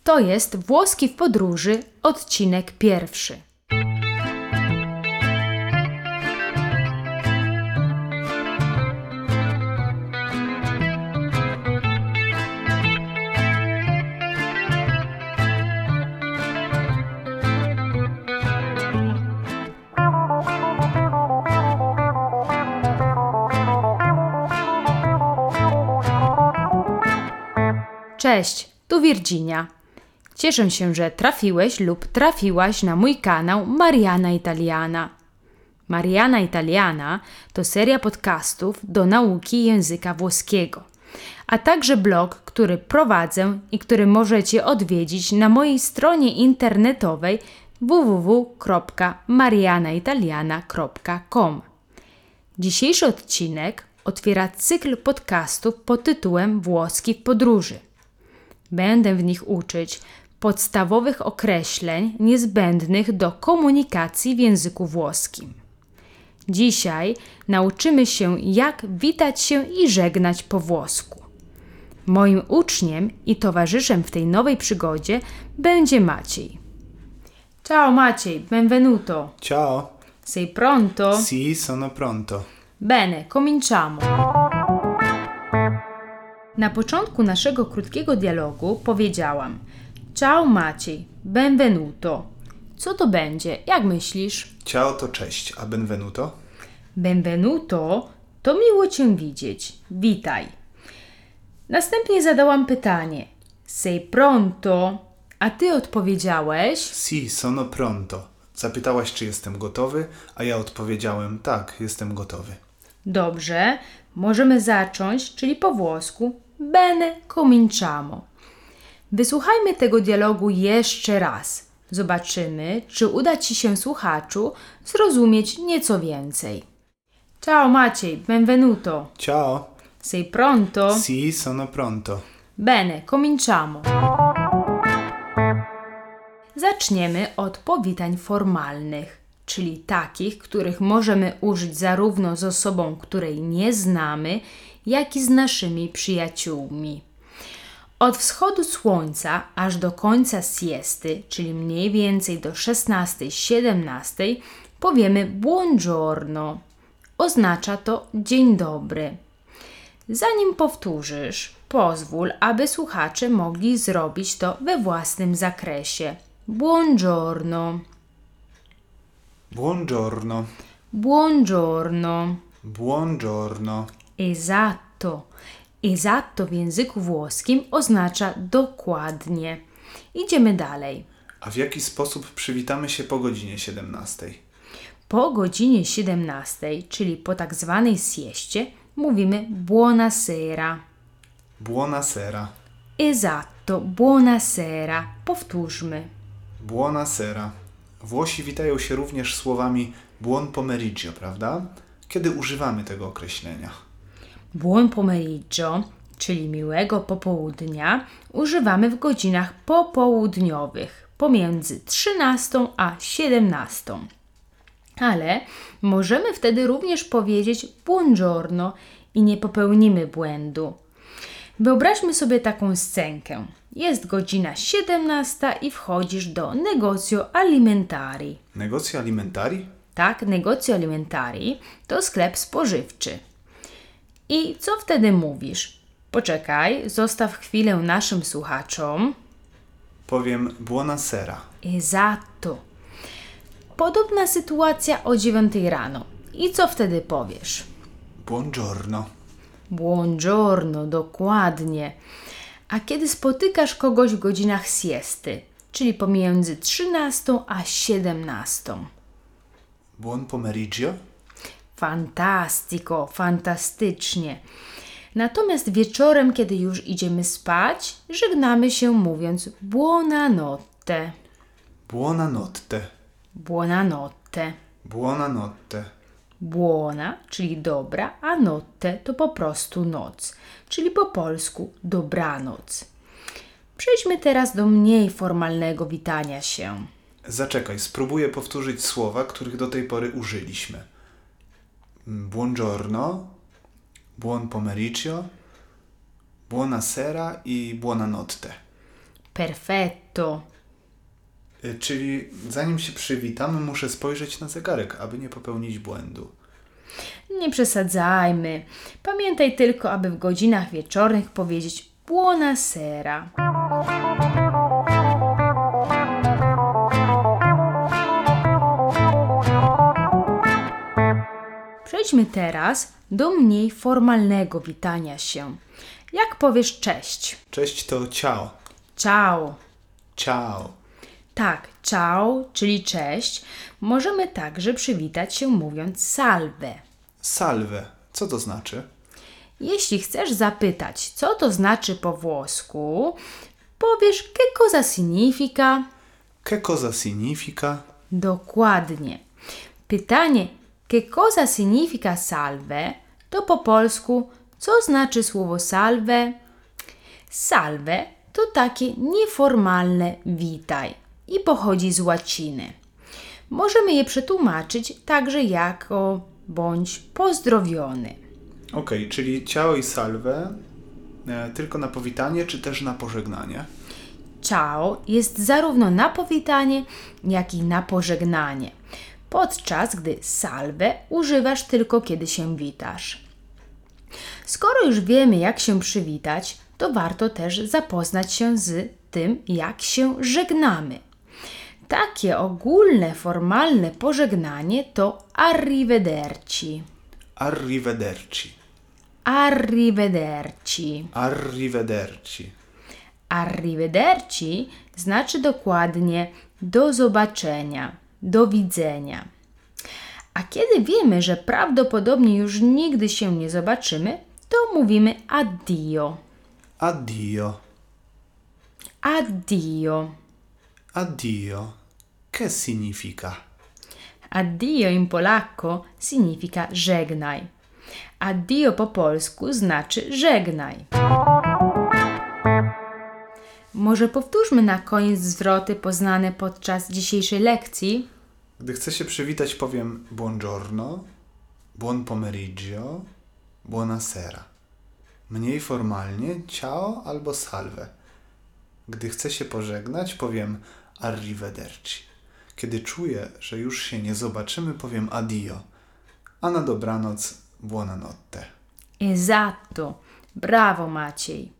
To jest Włoski w podróży, odcinek 1. Cześć, tu Virginia. Cieszę się, że trafiłeś lub trafiłaś na mój kanał Mariana Italiana. Mariana Italiana to seria podcastów do nauki języka włoskiego, a także blog, który prowadzę i który możecie odwiedzić na mojej stronie internetowej www.marianaitaliana.com. Dzisiejszy odcinek otwiera cykl podcastów pod tytułem Włoski w podróży. Będę w nich uczyć podstawowych określeń niezbędnych do komunikacji w języku włoskim. Dzisiaj nauczymy się, jak witać się i żegnać po włosku. Moim uczniem i towarzyszem w tej nowej przygodzie będzie Maciej. Ciao Maciej, benvenuto. Ciao. Sei pronto? Sì, sono pronto. Bene, cominciamo. Na początku naszego krótkiego dialogu powiedziałam: Ciao Maciej, benvenuto. Co to będzie? Jak myślisz? Ciao to cześć, a benvenuto? Benvenuto to miło Cię widzieć. Witaj. Następnie zadałam pytanie: Sei pronto? A Ty odpowiedziałeś: Sì, sono pronto. Zapytałaś, czy jestem gotowy, a ja odpowiedziałem: tak, jestem gotowy. Dobrze, możemy zacząć, czyli po włosku. Bene, cominciamo. Wysłuchajmy tego dialogu jeszcze raz. Zobaczymy, czy uda Ci się, słuchaczu, zrozumieć nieco więcej. Ciao Maciej, benvenuto. Ciao. Sei pronto? Sì, sono pronto. Bene, cominciamo. Zaczniemy od powitań formalnych, czyli takich, których możemy użyć zarówno z osobą, której nie znamy, jak i z naszymi przyjaciółmi. Od wschodu słońca aż do końca siesty, czyli mniej więcej do 16-17, powiemy buongiorno. Oznacza to dzień dobry. Zanim powtórzysz, pozwól, aby słuchacze mogli zrobić to we własnym zakresie. Buongiorno. Buongiorno. Buongiorno. Buongiorno. Esatto. Esatto w języku włoskim oznacza dokładnie. Idziemy dalej. A w jaki sposób przywitamy się po godzinie 17? Po godzinie 17, czyli po tak zwanej sieście, mówimy buonasera. Buonasera. Esatto, buonasera. Powtórzmy. Buonasera. Włosi witają się również słowami buon pomeriggio, prawda? Kiedy używamy tego określenia? Buon pomeriggio, czyli miłego popołudnia, używamy w godzinach popołudniowych, pomiędzy 13 a 17. Ale możemy wtedy również powiedzieć buongiorno i nie popełnimy błędu. Wyobraźmy sobie taką scenkę. Jest godzina 17 i wchodzisz do negozio alimentari. Negozio alimentari? Tak, negozio alimentari to sklep spożywczy. I co wtedy mówisz? Poczekaj, zostaw chwilę naszym słuchaczom. Powiem buonasera. Esatto. Podobna sytuacja o 9 rano. I co wtedy powiesz? Buongiorno. Buongiorno, dokładnie. A kiedy spotykasz kogoś w godzinach siesty, czyli pomiędzy 13 a 17? Buon pomeriggio. Fantastico, fantastycznie. Natomiast wieczorem, kiedy już idziemy spać, żegnamy się mówiąc buonanotte. Buonanotte. Buonanotte. Buonanotte. Buona, czyli dobra, a notte to po prostu noc, czyli po polsku dobranoc. Przejdźmy teraz do mniej formalnego witania się. Zaczekaj, spróbuję powtórzyć słowa, których do tej pory użyliśmy. Buongiorno, buon pomeriggio, buonasera i buonanotte. Perfetto. Czyli zanim się przywitam, muszę spojrzeć na zegarek, aby nie popełnić błędu. Nie przesadzajmy. Pamiętaj tylko, aby w godzinach wieczornych powiedzieć buonasera. Przejdźmy teraz do mniej formalnego witania się. Jak powiesz cześć? Cześć to ciao. Ciao. Ciao. Tak, ciao, czyli cześć, możemy także przywitać się mówiąc salve. Salve. Co to znaczy? Jeśli chcesz zapytać, co to znaczy po włosku, powiesz che cosa significa? Che cosa significa? Dokładnie. Pytanie che cosa significa salve to po polsku co znaczy słowo salve? Salve to takie nieformalne witaj i pochodzi z łaciny. Możemy je przetłumaczyć także jako bądź pozdrowiony. Okej, czyli ciao i salve tylko na powitanie, czy też na pożegnanie? Ciao jest zarówno na powitanie, jak i na pożegnanie, podczas gdy salve używasz tylko kiedy się witasz. Skoro już wiemy, jak się przywitać, to warto też zapoznać się z tym, jak się żegnamy. Takie ogólne, formalne pożegnanie to arrivederci. Arrivederci. Arrivederci. Arrivederci. Arrivederci znaczy dokładnie do zobaczenia, do widzenia. A kiedy wiemy, że prawdopodobnie już nigdy się nie zobaczymy, to mówimy addio. Addio. Addio. Addio. Che significa? Addio in polacco significa żegnaj. Addio po polsku znaczy żegnaj. Może powtórzmy na koniec zwroty poznane podczas dzisiejszej lekcji? Gdy chcę się przywitać, powiem buongiorno, buon pomeriggio, buonasera. Mniej formalnie ciao albo salve. Gdy chcę się pożegnać, powiem arrivederci. Kiedy czuję, że już się nie zobaczymy, powiem addio. A na dobranoc buonanotte. Esatto. Brawo, Maciej.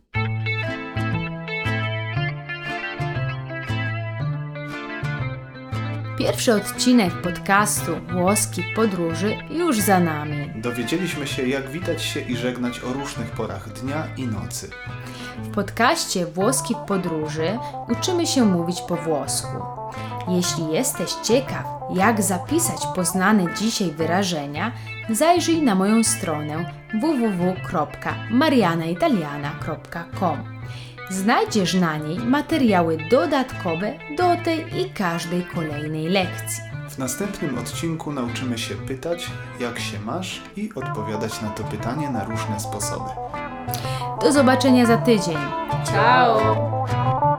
Pierwszy odcinek podcastu Włoskich Podróży już za nami. Dowiedzieliśmy się, jak witać się i żegnać o różnych porach dnia i nocy. W podcaście Włoskich Podróży uczymy się mówić po włosku. Jeśli jesteś ciekaw, jak zapisać poznane dzisiaj wyrażenia, zajrzyj na moją stronę www.marianaitaliana.com. Znajdziesz na niej materiały dodatkowe do tej i każdej kolejnej lekcji. W następnym odcinku nauczymy się pytać, jak się masz i odpowiadać na to pytanie na różne sposoby. Do zobaczenia za tydzień. Ciao!